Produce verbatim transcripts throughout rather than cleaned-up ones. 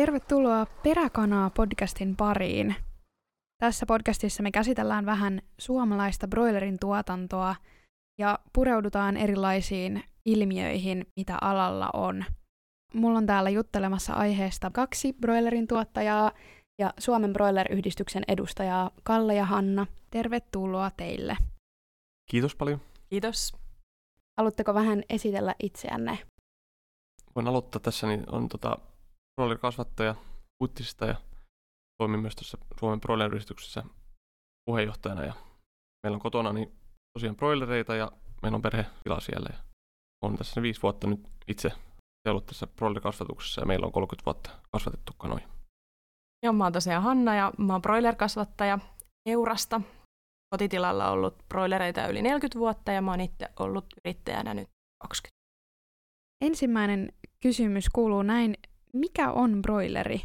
Tervetuloa Peräkanaa podcastin pariin. Tässä podcastissa me käsitellään vähän suomalaista broilerin tuotantoa ja pureudutaan erilaisiin ilmiöihin, mitä alalla on. Mulla on täällä juttelemassa aiheesta kaksi broilerin tuottajaa ja Suomen Broiler-yhdistyksen edustajaa Kalle ja Hanna. Tervetuloa teille. Kiitos paljon. Kiitos. Haluatteko vähän esitellä itseänne? Voin aloittaa tässä, niin on tota broiler-kasvattaja Uttisista ja toimin myös tuossa Suomen Broiler-yhdistyksessä puheenjohtajana. Ja meillä on kotona niin tosiaan broilereita ja meillä on perhetila siellä. Ja olen tässä viisi vuotta nyt itse ollut tässä broiler-kasvatuksessa ja meillä on kolmekymmentä vuotta kasvatettu kanoja. Joo, mä oon tosiaan Hanna ja mä oon broiler-kasvattaja Eurasta. Kotitilalla on ollut broilereita yli neljäkymmentä vuotta ja mä oon itse ollut yrittäjänä nyt kaksikymmentä. Ensimmäinen kysymys kuuluu näin. Mikä on broileri?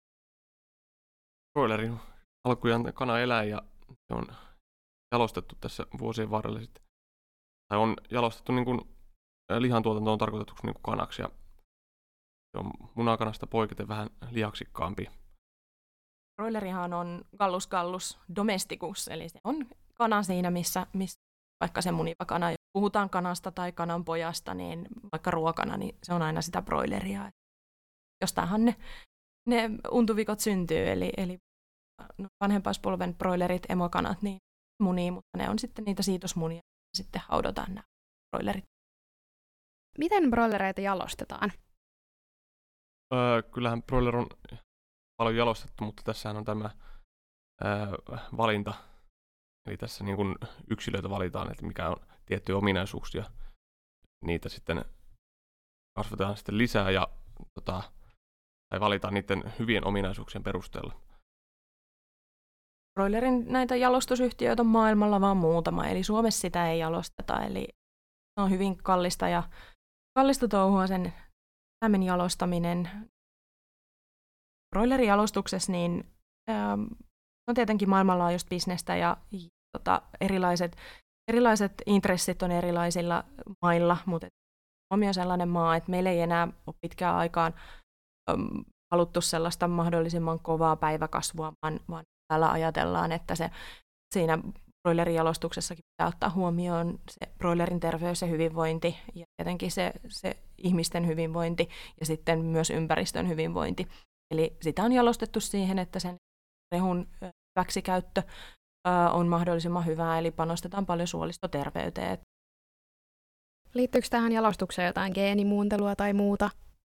Broileri on alkujaan kanaeläin ja se on jalostettu tässä vuosien varrella sitten. Tai on jalostettu niin kuin lihantuotanto on tarkoitettu niin kuin kanaksi ja se on munakanasta poiketen vähän lihaksikkaampi. Broilerihan on gallus gallus domesticus, eli se on kana siinä, missä, missä vaikka se muniva kana, jos puhutaan kanasta tai kananpojasta, niin vaikka ruokana, niin se on aina sitä broileria. Jostainhan ne, ne untuvikot syntyy, eli, eli vanhempaispolven broilerit, emokanat, niin munii, mutta ne on sitten niitä siitosmunia, ja sitten haudotaan nämä broilerit. Miten broilereita jalostetaan? Öö, kyllähän broiler on paljon jalostettu, mutta tässähän on tämä öö, valinta. Eli tässä niin kuin yksilöitä valitaan, että mikä on tiettyjä ominaisuuksia. Niitä sitten kasvatetaan sitten lisää ja tota, tai valitaan niiden hyvien ominaisuuksien perusteella. Broilerin näitä jalostusyhtiöitä on maailmalla vaan muutama, eli Suomessa sitä ei jalosteta. Eli se on hyvin kallista ja kallista touhua sen eläimen jalostaminen. Broilerin jalostuksessa niin, ähm, on tietenkin maailmanlaajuista bisnestä ja tota, erilaiset, erilaiset intressit on erilaisilla mailla, mutta Suomi on sellainen maa, että meillä ei enää ole pitkään aikaan ähm, haluttu sellaista mahdollisimman kovaa päiväkasvua, vaan, vaan täällä ajatellaan, että se siinä broilerin jalostuksessakin pitää ottaa huomioon se broilerin terveys ja hyvinvointi ja tietenkin se, se ihmisten hyvinvointi ja sitten myös ympäristön hyvinvointi. Eli sitä on jalostettu siihen, että sen rehun hyväksikäyttö on mahdollisimman hyvää, eli panostetaan paljon suolistoterveyteen. Liittyykö tähän jalostukseen jotain geenimuuntelua tai muuta?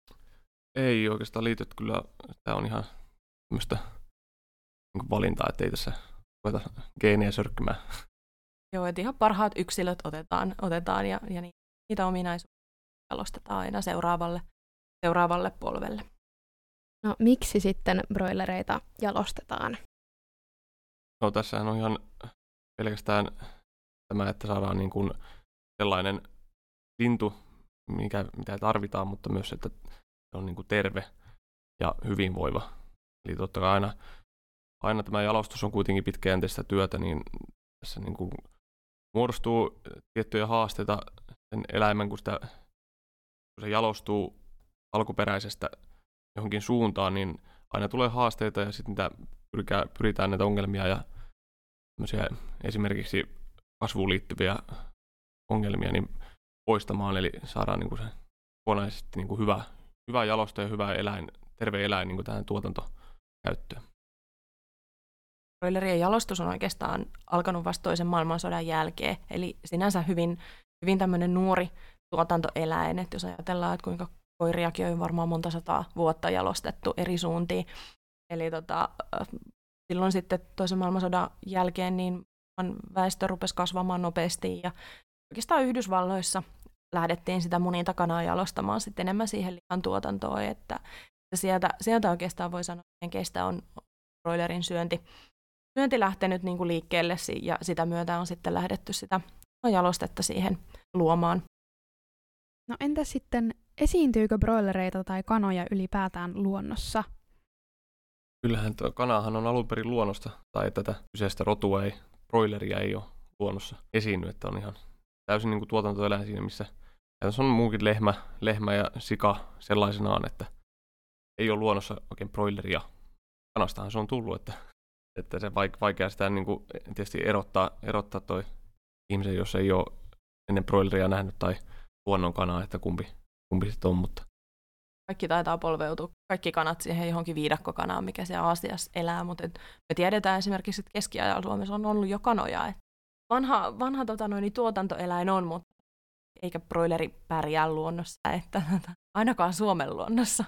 Ei oikeastaan liity, kyllä tämä on ihan tämmöistä niin valintaa, ettei tässä voita geeniä sörkkymään. Joo, että ihan parhaat yksilöt otetaan, otetaan ja, ja niitä ominaisuuksia jalostetaan aina seuraavalle, seuraavalle polvelle. No miksi sitten broilereita jalostetaan? No tässähän on ihan pelkästään tämä, että saadaan niin kuin sellainen lintu, mikä, mitä tarvitaan, mutta myös, että se on niin kuin terve ja hyvinvoiva. Eli totta kai aina, aina tämä jalostus on kuitenkin pitkäjänteistä työtä, niin tässä niin kuin muodostuu tiettyjä haasteita sen eläimen, kun, sitä, kun se jalostuu alkuperäisestä johonkin suuntaan, niin aina tulee haasteita ja sitten niitä pyritään, pyritään näitä ongelmia ja esimerkiksi kasvuun liittyviä ongelmia niin poistamaan, eli saadaan niin kuin se kokonaisesti niin kuin hyvä, hyvä jalosto ja hyvä eläin, terve eläin niin kuin tähän tuotantokäyttöön. Broilerien jalostus on oikeastaan alkanut vasta toisen maailmansodan jälkeen, eli sinänsä hyvin, hyvin tämmöinen nuori tuotantoeläin, että jos ajatellaan, että kuinka koiriakin on varmaan monta sataa vuotta jalostettu eri suuntiin. Eli tota, silloin sitten toisen maailmansodan jälkeen niin väestö rupesi kasvamaan nopeasti ja oikeastaan Yhdysvalloissa lähdettiin sitä munin takanaa jalostamaan sitten enemmän siihen lihantuotantoon, että sieltä, sieltä oikeastaan voi sanoa, että kestä on broilerin syönti, syönti lähtenyt niin kuin liikkeelle ja sitä myötä on sitten lähdetty sitä jalostetta siihen luomaan. No entä sitten, esiintyykö broilereita tai kanoja ylipäätään luonnossa? Kyllähän kanahan on alun perin luonnosta, tai tätä kyseistä rotua ei, broileria ei ole luonnossa esiinny, että on ihan täysin niin kuin tuotantoeläin siinä, missä tässä on muukin lehmä, lehmä ja sika sellaisenaan, että ei ole luonnossa oikein broileria. Kanastahan se on tullut, että, että se vaik- vaikea sitä niin kuin, tietysti erottaa, erottaa toi ihmisen, jos ei ole ennen broileria nähnyt tai luonnon kanaa, että kumpi, kumpi sitten on, mutta kaikki taitaa polveutua, kaikki kanat siihen johonkin viidakkokanaan, mikä siellä Aasiassa elää, mutta me tiedetään esimerkiksi, että keskiajalla Suomessa on ollut jo kanoja. Et vanha vanha tota, noin, tuotantoeläin on, mutta eikä broileri pärjää luonnossa, että ainakaan Suomen luonnossa.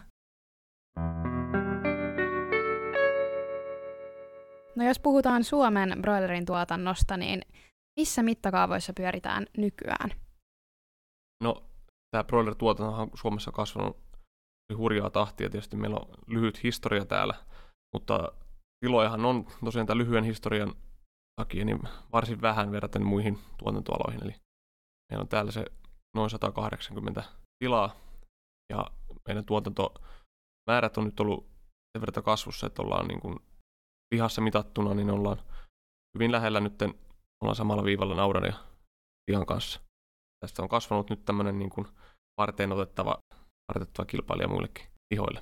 No jos puhutaan Suomen broilerin tuotannosta, niin missä mittakaavoissa pyöritään nykyään? No, tämä broiler-tuotanto on Suomessa kasvanut hurjaa tahtia. Tietysti meillä on lyhyt historia täällä, mutta tilojahan on tosiaan tämän lyhyen historian takia niin varsin vähän verraten muihin tuotantoaloihin. Eli meillä on täällä se noin sata kahdeksankymmentä tilaa, ja meidän tuotantomäärät on nyt ollut sen verran kasvussa, että ollaan niin kuin lihassa mitattuna, niin ollaan hyvin lähellä nyt, ollaan samalla viivalla naudan ja lihan kanssa. Tästä on kasvanut nyt tämmöinen niin kuin varteen otettava, vartettava kilpailija muillekin lihoille.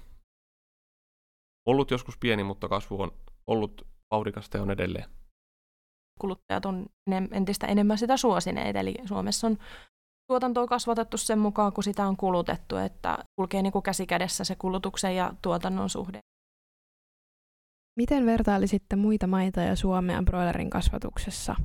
Ollut joskus pieni, mutta kasvu on ollut vauhdikasta ja on edelleen. Kuluttajat on entistä enemmän sitä suosineet, eli Suomessa on tuotantoa kasvatettu sen mukaan, kun sitä on kulutettu, että kulkee niin kuin käsi kädessä se kulutuksen ja tuotannon suhde. Miten vertailisitte muita maita ja Suomea broilerin kasvatuksessa?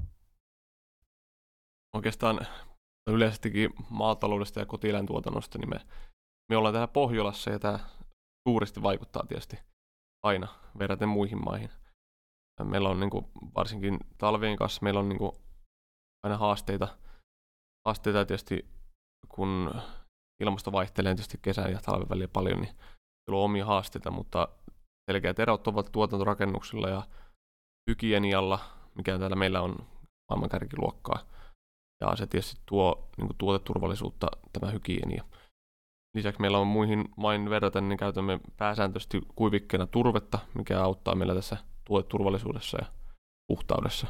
Oikeastaan yleisestikin maataloudesta ja kotieläintuotannosta, niin me, me ollaan täällä Pohjolassa, ja tämä suuresti vaikuttaa tietysti aina verraten muihin maihin. Meillä on niin kuin, varsinkin talvien kanssa meillä on niin kuin, aina haasteita. Haasteita tietysti, kun ilmasto vaihtelee tietysti kesän ja talven välillä paljon, niin on omia haasteita, mutta selkeät erot ovat tuotantorakennuksilla ja hygienialla, mikä täällä meillä on maailman kärkiluokkaa. Ja se tietysti tuo niin kuin tuoteturvallisuutta, tämä hygienia. Lisäksi meillä on muihin maihin verraten, niin käytämme pääsääntöisesti kuivikkeena turvetta, mikä auttaa meillä tässä tuoteturvallisuudessa ja puhtaudessa.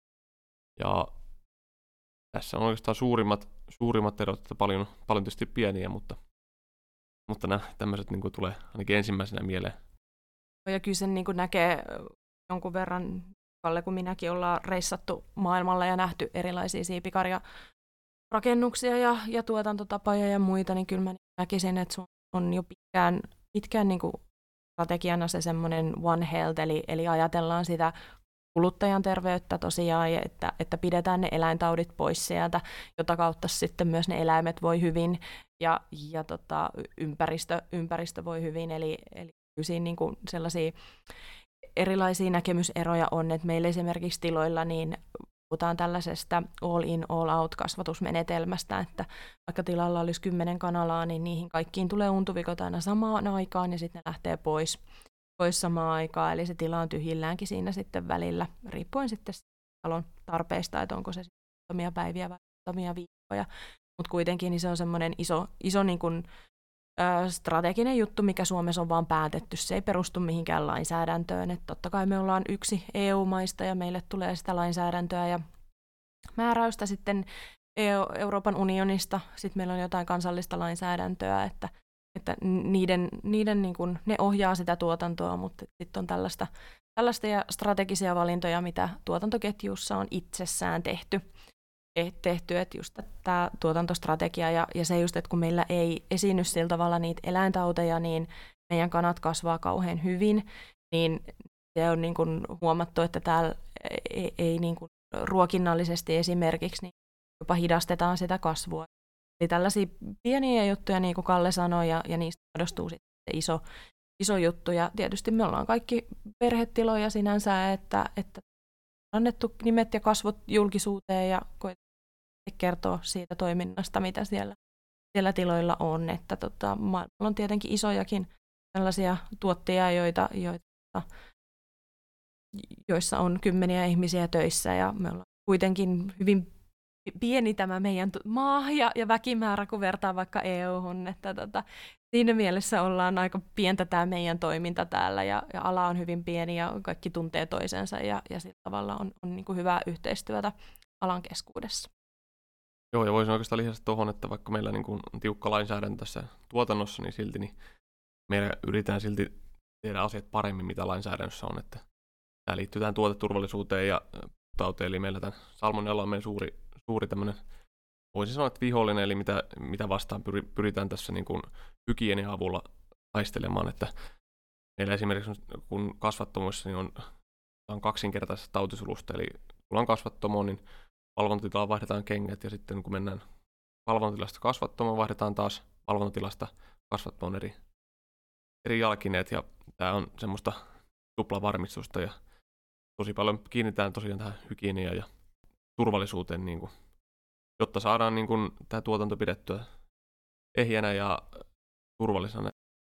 Ja tässä on oikeastaan suurimmat, suurimmat erot, että paljon, paljon tietysti pieniä, mutta, mutta nämä tämmöiset niin kuin tulee ainakin ensimmäisenä mieleen. Ja kyllä sen niin kuin näkee jonkun verran, Kalle, kun minäkin ollaan reissattu maailmalla ja nähty erilaisia siipikarjarakennuksia ja, ja tuotantotapoja ja muita, niin kyllä mä näkisin, että sun on jo pitkään, pitkään niin kuin strategiana se semmoinen One Health, eli, eli ajatellaan sitä kuluttajan terveyttä tosiaan, että, että pidetään ne eläintaudit pois sieltä, jota kautta sitten myös ne eläimet voi hyvin ja, ja tota, ympäristö, ympäristö voi hyvin. Eli, eli siinä niin kuin sellaisia erilaisia näkemyseroja on, että meillä esimerkiksi tiloilla niin puhutaan tällaisesta all-in, all-out-kasvatusmenetelmästä, että vaikka tilalla olisi kymmenen kanalaa, niin niihin kaikkiin tulee untuvikot aina samaan aikaan ja sitten ne lähtee pois. pois samaan aikaan, eli se tila on tyhjilläänkin siinä sitten välillä, riippuen sitten talon tarpeista, että onko se muutamia päiviä vai muutamia viikkoja. Mutta kuitenkin niin se on semmoinen iso, iso niin kun, ö, strateginen juttu, mikä Suomessa on vaan päätetty. Se ei perustu mihinkään lainsäädäntöön. Et totta kai me ollaan yksi E U-maista ja meille tulee sitä lainsäädäntöä ja määräystä sitten Euroopan unionista. Sitten meillä on jotain kansallista lainsäädäntöä, että että niiden, niiden niin kuin, ne ohjaa sitä tuotantoa, mutta sitten on tällaista, tällaista ja strategisia valintoja, mitä tuotantoketjussa on itsessään tehty, tehty, että just tämä tuotantostrategia ja, ja se just, että kun meillä ei esiinny sillä tavalla niitä eläintauteja, niin meidän kanat kasvaa kauhean hyvin, niin se on niin kuin huomattu, että täällä ei, ei niin kuin ruokinnallisesti esimerkiksi niin jopa hidastetaan sitä kasvua. Eli tällaisia pieniä juttuja, niin kuin Kalle sanoi, ja, ja niistä muodostuu sitten se iso, iso juttu. Ja tietysti me ollaan kaikki perhetiloja sinänsä, että, että on annettu nimet ja kasvot julkisuuteen ja koetaan kertoa siitä toiminnasta, mitä siellä, siellä tiloilla on. Että tota, maailmalla on tietenkin isojakin tällaisia tuottajia, joita, joita, joissa on kymmeniä ihmisiä töissä, ja me ollaan kuitenkin hyvin pieni tämä meidän maa ja, ja väkimäärä, kun vertaa vaikka E U-hun, että tota, siinä mielessä ollaan aika pientä tämä meidän toiminta täällä ja, ja ala on hyvin pieni ja kaikki tuntee toisensa ja, ja sillä tavalla on, on niin kuin hyvää yhteistyötä alan keskuudessa. Joo, ja voisin oikeastaan lisätä tuohon, että vaikka meillä niin kuin on tiukka lainsäädäntö tässä tuotannossa, niin silti niin meillä yritetään silti tehdä asiat paremmin, mitä lainsäädännössä on. Että tämä liittyy tähän tuoteturvallisuuteen ja tauteen, eli meillä tämän salmonella on meidän suuri, suuri tämmöinen, voisin sanoa, että vihollinen, eli mitä, mitä vastaan pyritään tässä niin kuin hygienian avulla taistelemaan. Että meillä esimerkiksi kun kasvattomoissa niin on, on kaksinkertaisesta tautisulusta, eli kun on kasvattomo, niin valvontatilaan vaihdetaan kengät, ja sitten kun mennään valvontatilasta kasvattomoon, vaihdetaan taas valvontatilasta kasvattomoon eri, eri jalkineet, ja tämä on semmoista tuplavarmistusta, ja tosi paljon kiinnitetään tosiaan tähän hygieniaan ja turvallisuuteen, niin kuin, jotta saadaan niin kuin, tämä tuotanto pidettyä ehjänä ja turvallisena.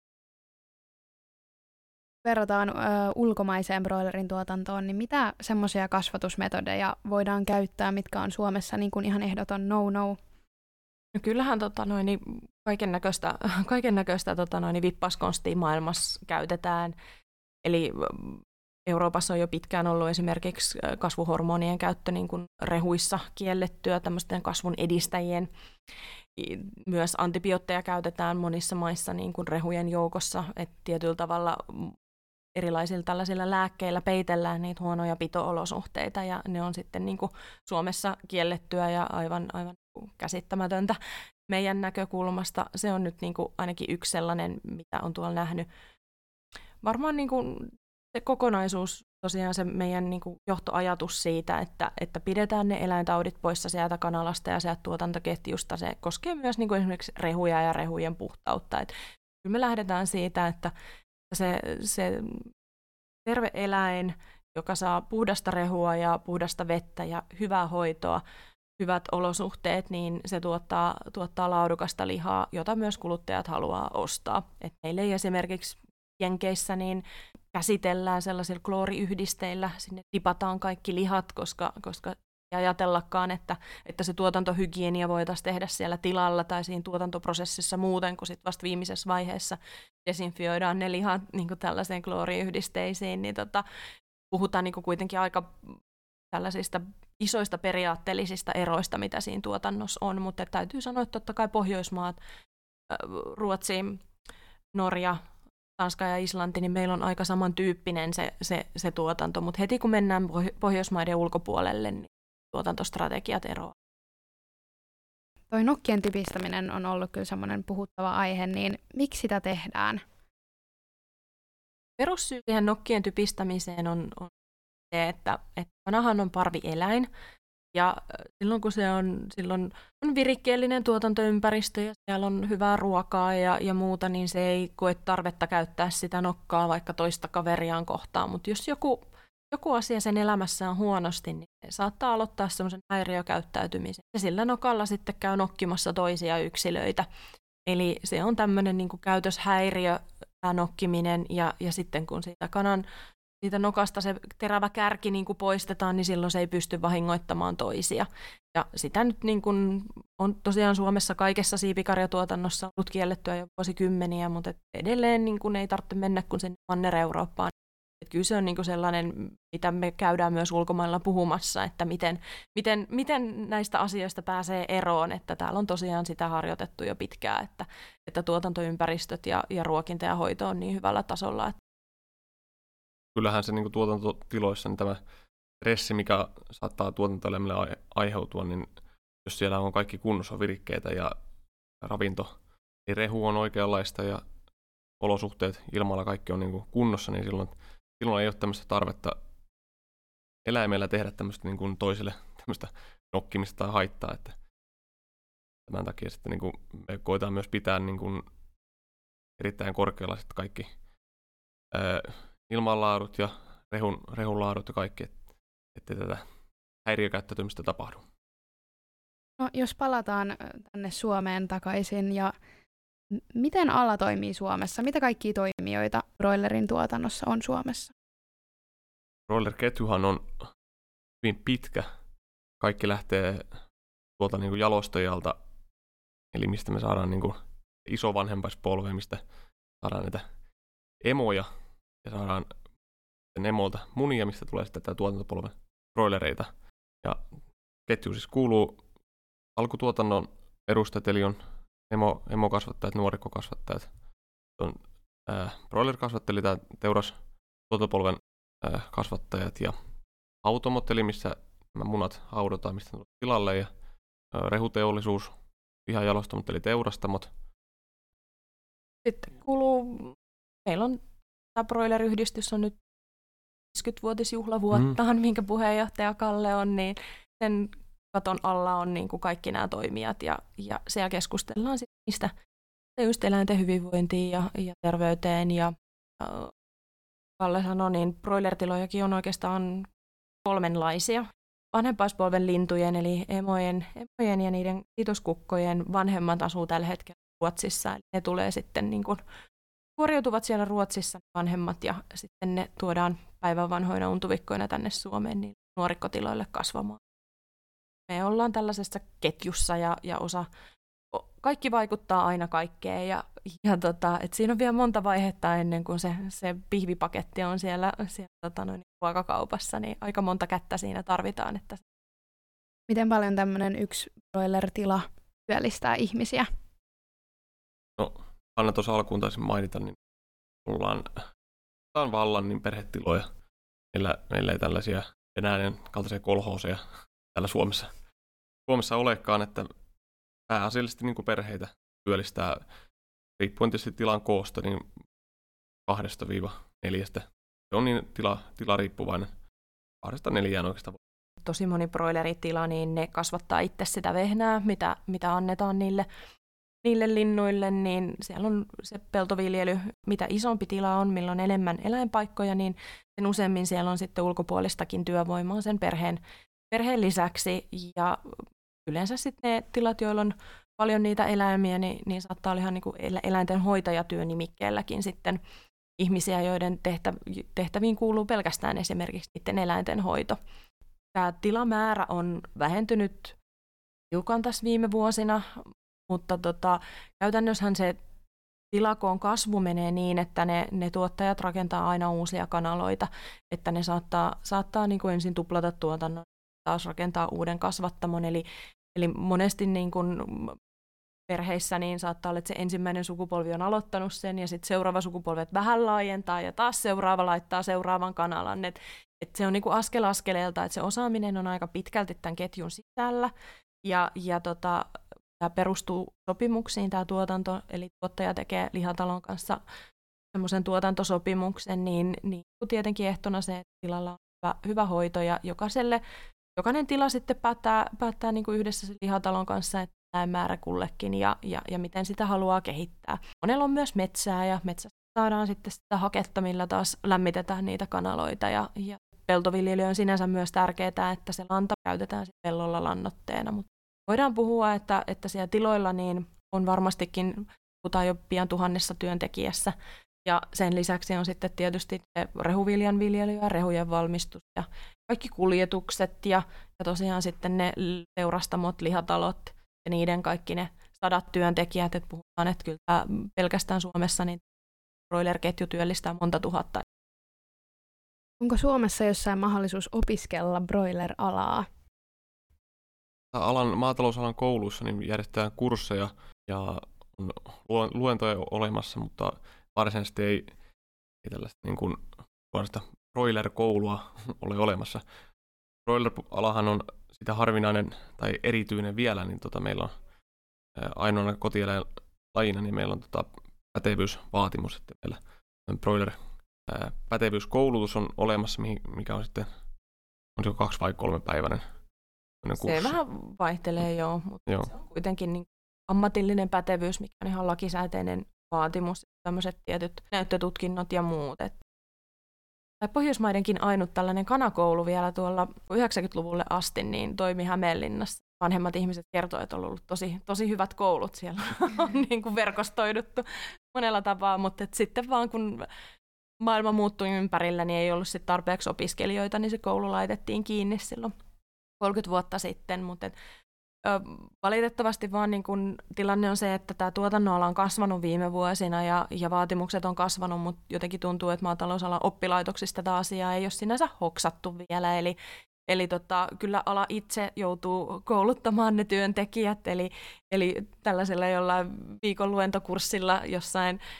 Verrataan ö, ulkomaiseen broilerin tuotantoon, niin mitä semmoisia kasvatusmetodeja voidaan käyttää, mitkä on Suomessa niin kuin ihan ehdoton no-no? No kyllähän tota noin, niin kaiken näköistä, kaiken näköistä tota noin, niin vippaskonstia maailmassa käytetään. Eli Euroopassa on jo pitkään ollut esimerkiksi kasvuhormonien käyttö niin kuin rehuissa kiellettyä tämmöisten kasvun edistäjien. Myös antibiootteja käytetään monissa maissa niin kuin rehujen joukossa, että tietyllä tavalla erilaisilla tällaisilla lääkkeillä peitellään niitä huonoja pito-olosuhteita, ja ne on sitten niin kuin Suomessa kiellettyä ja aivan, aivan käsittämätöntä meidän näkökulmasta. Se on nyt niin kuin ainakin yksi sellainen, mitä on tuolla nähnyt. Varmaan niin kuin se kokonaisuus, tosiaan se meidän niin kuin johtoajatus siitä, että, että pidetään ne eläintaudit poissa sieltä kanalasta ja sieltä tuotantoketjusta, se koskee myös niin kuin esimerkiksi rehuja ja rehujen puhtautta. Et kyllä me lähdetään siitä, että se, se terve eläin, joka saa puhdasta rehua ja puhdasta vettä ja hyvää hoitoa, hyvät olosuhteet, niin se tuottaa, tuottaa laadukasta lihaa, jota myös kuluttajat haluaa ostaa. Et meillä ei esimerkiksi Jenkeissä niin käsitellään sellaisilla klooriyhdisteillä, sinne dipataan kaikki lihat, koska, koska ei ajatellakaan, että, että se tuotantohygienia voitaisiin tehdä siellä tilalla tai siinä tuotantoprosessissa muuten, kun sitten vasta viimeisessä vaiheessa desinfioidaan ne lihat niin kuin tällaiseen klooriyhdisteisiin, niin tota, puhutaan niin kuin kuitenkin aika tällaisista isoista periaatteellisista eroista, mitä siinä tuotannossa on, mutta täytyy sanoa, että totta kai Pohjoismaat, Ruotsi, Norja, Tanska ja Islanti, niin meillä on aika samantyyppinen se, se, se tuotanto, mutta heti kun mennään Pohjoismaiden ulkopuolelle, niin tuotantostrategiat eroavat. Toi nokkien typistäminen on ollut kyllä semmoinen puhuttava aihe, niin miksi sitä tehdään? Perussyy siihen nokkien typistämiseen on, on se, että, että kanahan on parvieläin, ja silloin kun se on, silloin on virikkeellinen tuotantoympäristö ja siellä on hyvää ruokaa ja, ja muuta, niin se ei koe tarvetta käyttää sitä nokkaa vaikka toista kaveriaan kohtaan. Mutta jos joku, joku asia sen elämässä on huonosti, niin se saattaa aloittaa semmoisen häiriökäyttäytymisen. Ja sillä nokalla sitten käy nokkimassa toisia yksilöitä. Eli se on tämmöinen niin kuin käytöshäiriö, tämä nokkiminen, ja, ja sitten kun siitä kanan siitä nokasta se terävä kärki niin kuin poistetaan, niin silloin se ei pysty vahingoittamaan toisia. Ja sitä nyt niin kuin on tosiaan Suomessa kaikessa siipikarjatuotannossa ollut kiellettyä jo vuosikymmeniä, mutta edelleen niin kuin ei tarvitse mennä kuin sinne Manner-Eurooppaan. Et kyllä se on niin kuin sellainen, mitä me käydään myös ulkomailla puhumassa, että miten, miten, miten näistä asioista pääsee eroon, että täällä on tosiaan sitä harjoitettu jo pitkään, että, että tuotantoympäristöt ja, ja ruokinta ja hoito on niin hyvällä tasolla, että kyllähän se niin kuin tuotantotiloissa niin tämä stressi, mikä saattaa tuotantoeläimille aiheutua, niin jos siellä on kaikki kunnossa virikkeitä ja ravinto, niin rehu on oikeanlaista ja olosuhteet ilmalla kaikki on niin kuin kunnossa, niin silloin, silloin ei ole tämmöistä tarvetta eläimellä tehdä tämmöistä niin kuin toiselle tämmöistä nokkimista tai haittaa. Että tämän takia sitten niin kuin me koetaan myös pitää niin kuin erittäin korkealla sitten kaikki ää, ilmanlaadut ja rehun, rehun laadut ja kaikki, ettei tätä häiriökäyttäytymistä tapahdu. No, jos palataan tänne Suomeen takaisin, ja miten ala toimii Suomessa? Mitä kaikkia toimijoita broilerin tuotannossa on Suomessa? Broiler-ketjuhan on hyvin pitkä. Kaikki lähtee tuolta niin kuin jalostajalta, eli mistä me saadaan niin kuin isovanhempaispolve, mistä saadaan näitä emoja, ja saadaan emolta munia, mistä tulee sitten tätä tuotantopolven broilereita. Ja ketju siis kuuluu alkutuotannon edustajat, eli on emo, emokasvattajat, nuorikkokasvattajat, on äh, broiler-kasvatteli, tämä teuras tuotopolven äh, kasvattajat ja automot, eli missä nämä munat haudotaan, mistä tulee tilalle, ja äh, rehuteollisuus, lihajalostamot, eli teurastamot. Sitten kuuluu, meillä on tämä broiler-yhdistys on nyt viisikymmenvuotisjuhlavuottaan, mm. minkä puheenjohtaja Kalle on, niin sen katon alla on niin kuin kaikki nämä toimijat, ja, ja siellä keskustellaan sitten niistä just eläinten hyvinvointiin ja, ja terveyteen, ja äh, Kalle sanoi, niin broilertilojakin on oikeastaan kolmenlaisia. Vanhempaispolven lintujen, eli emojen, emojen ja niiden kiitoskukkojen vanhemmat asuu tällä hetkellä Ruotsissa, eli ne tulee sitten niin kuin kuoriutuvat siellä Ruotsissa vanhemmat, ja sitten ne tuodaan päivän vanhoina untuvikkoina tänne Suomeen niin nuorikkotiloille kasvamaan. Me ollaan tällaisessa ketjussa, ja, ja osa, kaikki vaikuttaa aina kaikkeen, ja, ja tota, et siinä on vielä monta vaihetta ennen kuin se, se pihvipaketti on siellä, siellä tota, noin, ruokakaupassa, niin aika monta kättä siinä tarvitaan. Että... Miten paljon tämmöinen yksi broiler-tila työllistää ihmisiä? No, Anna tuossa alkuun taisin mainita, niin ollaan, ollaan vallannin perhetiloja. Meillä, meillä ei tällaisia Venäjän kaltaisia kolhooseja täällä Suomessa, Suomessa olekaan, että pääasiallisesti niin kuin perheitä työllistää, riippuen tietysti tilan koosta, niin kahdesta viiva neljästä. Se on niin tila, tilariippuvainen. Kahdesta neljään oikeastaan. Tosi moni broileritila, niin ne kasvattaa itse sitä vehnää, mitä, mitä annetaan niille, niille linnuille, niin siellä on se peltoviljely, mitä isompi tila on, milloin enemmän eläinpaikkoja, niin sen useammin siellä on sitten ulkopuolistakin työvoimaa sen perheen, perheen lisäksi, ja yleensä sitten ne tilat, joilla on paljon niitä eläimiä, niin, niin saattaa olla ihan niin kuin eläinten hoitajatyönimikkeelläkin sitten ihmisiä, joiden tehtäviin kuuluu pelkästään esimerkiksi niiden eläinten hoito. Tämä tilamäärä on vähentynyt hiukan tässä viime vuosina, mutta tota, käytännössähän se tilakoon kasvu menee niin, että ne, ne tuottajat rakentaa aina uusia kanaloita, että ne saattaa, saattaa niin kuin ensin tuplata tuotannon, taas rakentaa uuden kasvattamon, eli, eli monesti niin kuin perheissä niin saattaa olla, että se ensimmäinen sukupolvi on aloittanut sen, ja sitten seuraava sukupolvi vähän laajentaa, ja taas seuraava laittaa seuraavan kanalan. Et, et se on niinku askel askeleelta, että se osaaminen on aika pitkälti tämän ketjun sisällä, ja, ja tota, tämä perustuu sopimuksiin, tämä tuotanto, eli tuottaja tekee lihatalon kanssa semmoisen tuotantosopimuksen, niin, niin tietenkin ehtona se, että tilalla on hyvä, hyvä hoito, ja jokaiselle, jokainen tila sitten päättää, päättää niinku yhdessä sen lihatalon kanssa, että määrä kullekin ja, ja, ja miten sitä haluaa kehittää. Monella on myös metsää, ja metsästä saadaan sitten sitä haketta, millä taas lämmitetään niitä kanaloita, ja, ja peltoviljely on sinänsä myös tärkeää, että se lanta käytetään pellolla lannoitteena. Mutta voidaan puhua, että, että siellä tiloilla niin on varmastikin, puhutaan jo pian tuhannessa työntekijässä, ja sen lisäksi on sitten tietysti se rehuviljan viljely ja rehujen valmistus ja kaikki kuljetukset ja, ja tosiaan sitten ne teurastamot, lihatalot, ja niiden kaikki ne sadat työntekijät, että puhutaan, että kyllä pelkästään Suomessa niin broiler-ketju työllistää monta tuhatta. Onko Suomessa jossain mahdollisuus opiskella broiler-alaa? Alan, maatalousalan kouluissa niin järjestetään kursseja ja on luentoja olemassa, mutta varsinaisesti ei, ei tällaista niin kuin broiler-koulua ole olemassa. Broiler-alahan on sitä harvinainen tai erityinen vielä, niin tota meillä on ainoana kotieläinlajina, niin meillä on tota pätevyysvaatimus, että meillä broiler pätevyyskoulutus on olemassa, mikä on sitten on se kaksi vai kolme päiväinen kurssi. Se vähän vaihtelee joo, mutta joo. Se on kuitenkin niin ammatillinen pätevyys, mikä on ihan lakisääteinen vaatimus, tämmöiset tietyt näyttötutkinnot ja muut. Pohjoismaidenkin ainut tällainen kanakoulu vielä tuolla yhdeksänkymmentäluvulle asti niin toimi Hämeenlinnassa. Vanhemmat ihmiset kertovat, että on ollut tosi, tosi hyvät koulut siellä, on niin kuin verkostoiduttu monella tapaa, mutta sitten vaan kun maailma muuttui ympärillä, niin ei ollut sit tarpeeksi opiskelijoita, niin se koulu laitettiin kiinni silloin kolmekymmentä vuotta sitten, mutta et, ö, valitettavasti vaan niin kun tilanne on se, että tämä tuotannonala on kasvanut viime vuosina ja, ja vaatimukset on kasvanut, mutta jotenkin tuntuu, että maatalousalan oppilaitoksista tätä asiaa ei ole sinänsä hoksattu vielä, eli Eli tota, kyllä ala itse joutuu kouluttamaan ne työntekijät, eli, eli tällaisella jollain viikon luentokurssilla jossain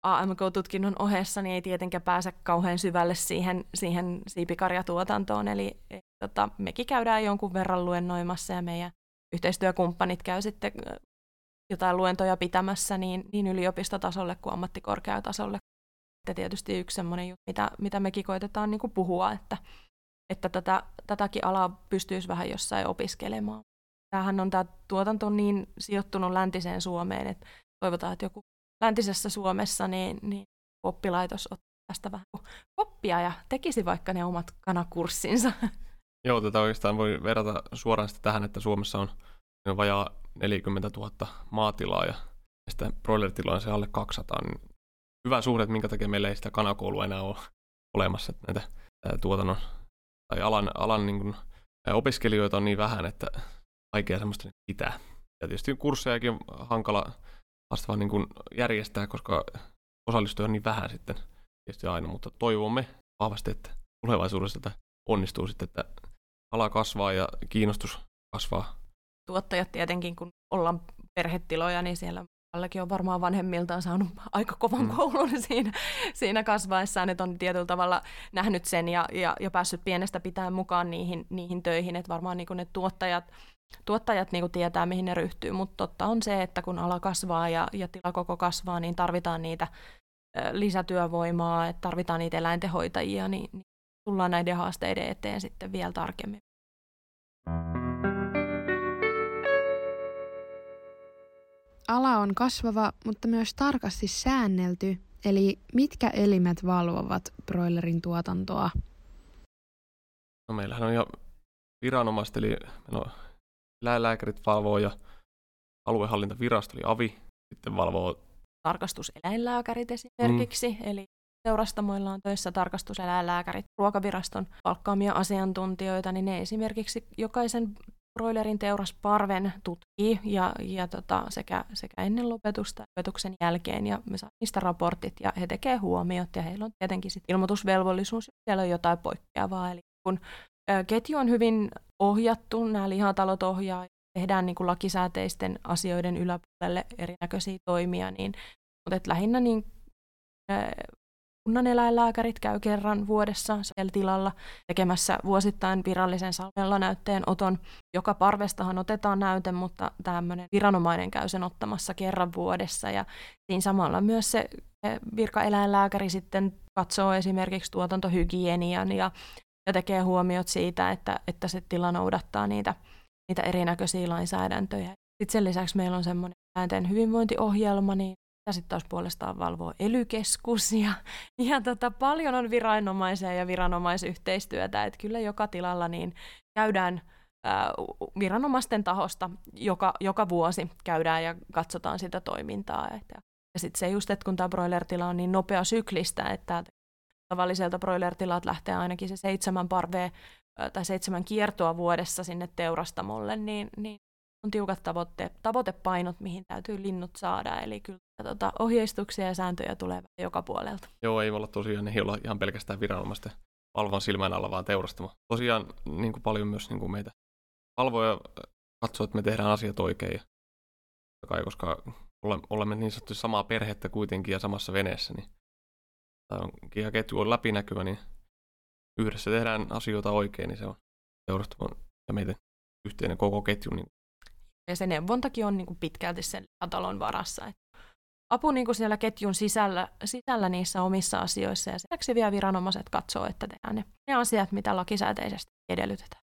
A M K-tutkinnon ohessa niin ei tietenkään pääse kauhean syvälle siihen, siihen siipikarjatuotantoon, eli et, tota, mekin käydään jonkun verran luennoimassa ja meidän yhteistyökumppanit käy sitten jotain luentoja pitämässä niin, niin yliopistotasolle kuin ammattikorkeatasolle. Ja tietysti yksi semmoinen juttu, mitä, mitä mekin koitetaan niin kuin puhua, että, että tätä, tätäkin alaa pystyisi vähän jossain opiskelemaan. Tämähän on tämä tuotanto niin sijoittunut läntiseen Suomeen, että toivotaan, että joku läntisessä Suomessa niin, niin oppilaitos ottaa tästä vähän koppia ja tekisi vaikka ne omat kanakurssinsa. Joo, tätä oikeastaan voi verrata suoraan sitä tähän, että Suomessa on vajaa neljäkymmentätuhatta maatilaa ja sitä broilertilaa on se alle kaksisataa. Niin hyvä suhde, että minkä takia meillä ei sitä kanakoulua enää ole olemassa. Että näitä ää, tuotannon tai alan, alan niin kuin, ää, opiskelijoita on niin vähän, että vaikea semmoista pitää. Ja tietysti kurssejakin on hankala haastavaa niin kuin järjestää, koska osallistujia on niin vähän sitten tietysti aina, mutta toivomme vahvasti, että tulevaisuudessa tätä onnistuu sitten, että ala kasvaa ja kiinnostus kasvaa. Tuottajat tietenkin, kun ollaan perhetiloja, niin siellä Allekin on varmaan vanhemmiltaan saanut aika kovan mm. koulun siinä, siinä kasvaessaan, että on tietyllä tavalla nähnyt sen ja, ja, ja päässyt pienestä pitäen mukaan niihin, niihin töihin, että varmaan niin kuin ne tuottajat, tuottajat niin kuin tietää, mihin ne ryhtyy, mutta totta on se, että kun ala kasvaa ja, ja tilakoko kasvaa, niin tarvitaan niitä lisätyövoimaa, että tarvitaan niitä eläintenhoitajia, niin, niin tullaan näiden haasteiden eteen sitten vielä tarkemmin. Ala on kasvava, mutta myös tarkasti säännelty, eli mitkä elimet valvovat broilerin tuotantoa? No meillähän on jo viranomaiset, eli no, eläinlääkärit valvoo ja aluehallintavirasto, eli avi, sitten valvoo tarkastuseläinlääkärit esimerkiksi, mm. eli teurastamoilla on töissä tarkastuseläinlääkärit, ruokaviraston palkkaamia asiantuntijoita, niin ne esimerkiksi jokaisen broilerin teurasparven tutkii ja, ja tota, sekä, sekä ennen lopetusta ja lopetuksen jälkeen, ja me saamme niistä raportit, ja he tekevät huomiot, ja heillä on tietenkin sit ilmoitusvelvollisuus, jos siellä on jotain poikkeavaa. Eli kun ä, ketju on hyvin ohjattu, nämä lihatalot ohjaa, tehdään niin kuin lakisääteisten asioiden yläpuolelle erinäköisiä toimia, niin, mutta et lähinnä niin, ä, kunnaneläinlääkärit käy kerran vuodessa siellä tilalla tekemässä vuosittain virallisen salmonellanäytteen oton. Joka parvestahan otetaan näyte, mutta tämmöinen viranomainen käy sen ottamassa kerran vuodessa. Ja siinä samalla myös se virkaeläinlääkäri sitten katsoo esimerkiksi tuotantohygienian ja, ja tekee huomiot siitä, että, että se tila noudattaa niitä, niitä erinäköisiä lainsäädäntöjä. Sitten sen lisäksi meillä on semmoinen eläinten hyvinvointiohjelma, niin ja sitten taas puolestaan valvoo ely keskus ja, ja tota, paljon on viranomaisia ja viranomaisyhteistyötä, että kyllä joka tilalla niin käydään ää, viranomaisten tahosta joka, joka vuosi käydään ja katsotaan sitä toimintaa. Et, ja ja sitten se just, että kun tämä broilertila on niin nopea syklistä, että tavalliselta broilertilat lähtee ainakin se seitsemän parvea ää, tai seitsemän kiertoa vuodessa sinne teurastamolle, niin, niin on tiukat tavoitte, tavoitepainot, mihin täytyy linnut saada, eli kyllä tuota, ohjeistuksia ja sääntöjä tulee joka puolelta. Joo, ei olla tosiaan, ei olla ihan pelkästään viranomaisten valvon silmän alla, vaan teurastamo. Tosiaan niin kuin paljon myös niin kuin meitä valvoja katsoo, että me tehdään asiat oikein. Ja koska olemme niin sanotusti samaa perhettä kuitenkin ja samassa veneessä, niin tämä ketju on läpinäkyvä, niin yhdessä tehdään asioita oikein, niin se on teurastamon ja meidän yhteinen koko ketju. Niin ja se neuvontakin on niin kuin pitkälti sen talon varassa. Että apu niin kuin siellä ketjun sisällä, sisällä niissä omissa asioissa, ja sen vielä viranomaiset katsoo, että tehdään ne, ne asiat, mitä lakisääteisesti edellytetään.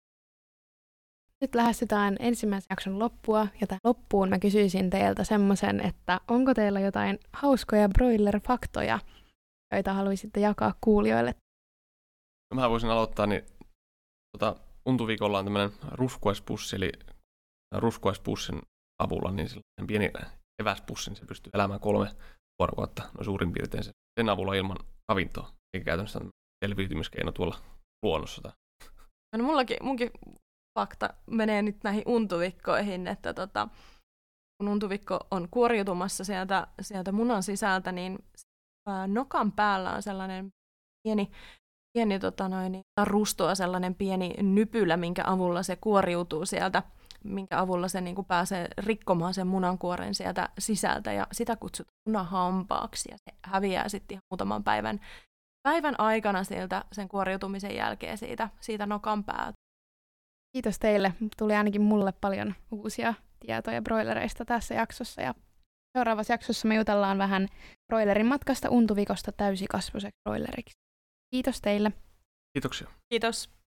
Nyt lähestytään ensimmäisen jakson loppua, ja tähän loppuun mä kysyisin teiltä semmoisen, että onko teillä jotain hauskoja broiler-faktoja, joita haluaisitte jakaa kuulijoille? No, mä voisin aloittaa, niin tota, Untuviikolla on tämmöinen ruskuaispussi, eli ruskuaispussin avulla, niin sellainen pieni eväspussin, se pystyy elämään kolme vuorokautta, no suurin piirtein se. Sen avulla ilman ravintoa, eikä käytännössä selviytymiskeino tuolla luonnossa. No mullakin, munkin fakta menee nyt näihin untuvikkoihin, että tota, kun untuvikko on kuoriutumassa sieltä, sieltä munan sisältä, niin nokan päällä on sellainen pieni, pieni tota noin, rustoa, sellainen pieni nypylä, minkä avulla se kuoriutuu sieltä minkä avulla se niin kuin pääsee rikkomaan sen munankuoren sieltä sisältä, ja sitä kutsutaan munahampaaksi, ja se häviää sitten ihan muutaman päivän, päivän aikana sieltä sen kuoriutumisen jälkeen siitä, siitä nokan päältä. Kiitos teille. Tuli ainakin mulle paljon uusia tietoja broilereista tässä jaksossa, ja seuraavassa jaksossa me jutellaan vähän broilerin matkasta untuvikosta täysikasvuiseksi broileriksi. Kiitos teille. Kiitoksia. Kiitos.